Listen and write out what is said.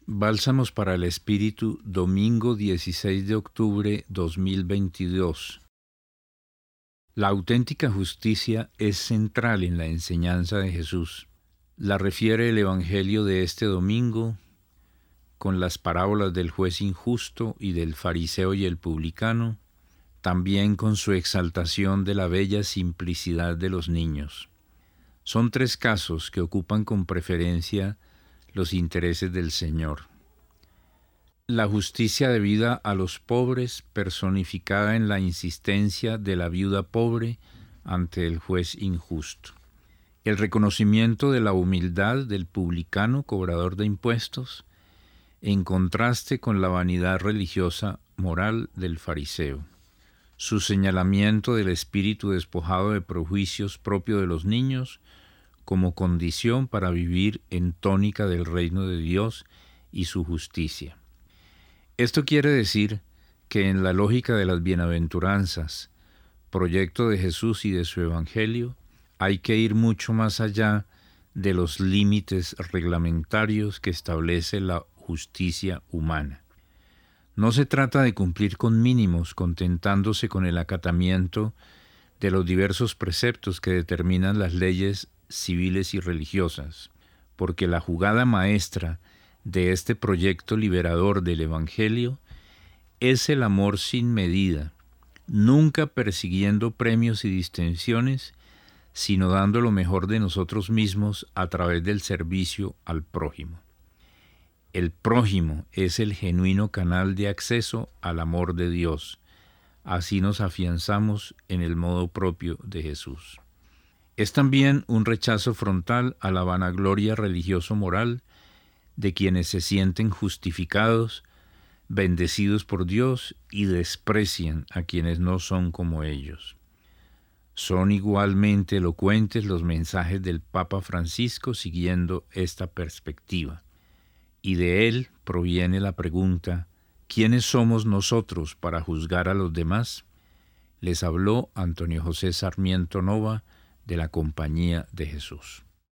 Bálsamos para el Espíritu, domingo 16 de octubre 2022. La auténtica justicia es central en la enseñanza de Jesús. La refiere el Evangelio de este domingo con las parábolas del juez injusto y del fariseo y el publicano, también con su exaltación de la bella simplicidad de los niños. Son tres casos que ocupan con preferencia los intereses del Señor. La justicia debida a los pobres, personificada en la insistencia de la viuda pobre ante el juez injusto. El reconocimiento de la humildad del publicano, cobrador de impuestos, en contraste con la vanidad religiosa moral del fariseo. Su señalamiento del espíritu despojado de prejuicios propio de los niños como condición para vivir en tónica del reino de Dios y su justicia. Esto quiere decir que en la lógica de las bienaventuranzas, proyecto de Jesús y de su Evangelio, hay que ir mucho más allá de los límites reglamentarios que establece la justicia humana. No se trata de cumplir con mínimos contentándose con el acatamiento de los diversos preceptos que determinan las leyes civiles y religiosas, porque la jugada maestra de este proyecto liberador del Evangelio es el amor sin medida, nunca persiguiendo premios y distinciones, sino dando lo mejor de nosotros mismos a través del servicio al prójimo. El prójimo es el genuino canal de acceso al amor de Dios. Así nos afianzamos en el modo propio de Jesús. Es también un rechazo frontal a la vanagloria religioso-moral de quienes se sienten justificados, bendecidos por Dios y desprecian a quienes no son como ellos. Son igualmente elocuentes los mensajes del Papa Francisco siguiendo esta perspectiva. Y de él proviene la pregunta: ¿quiénes somos nosotros para juzgar a los demás? Les habló Antonio José Sarmiento Nova, de la Compañía de Jesús.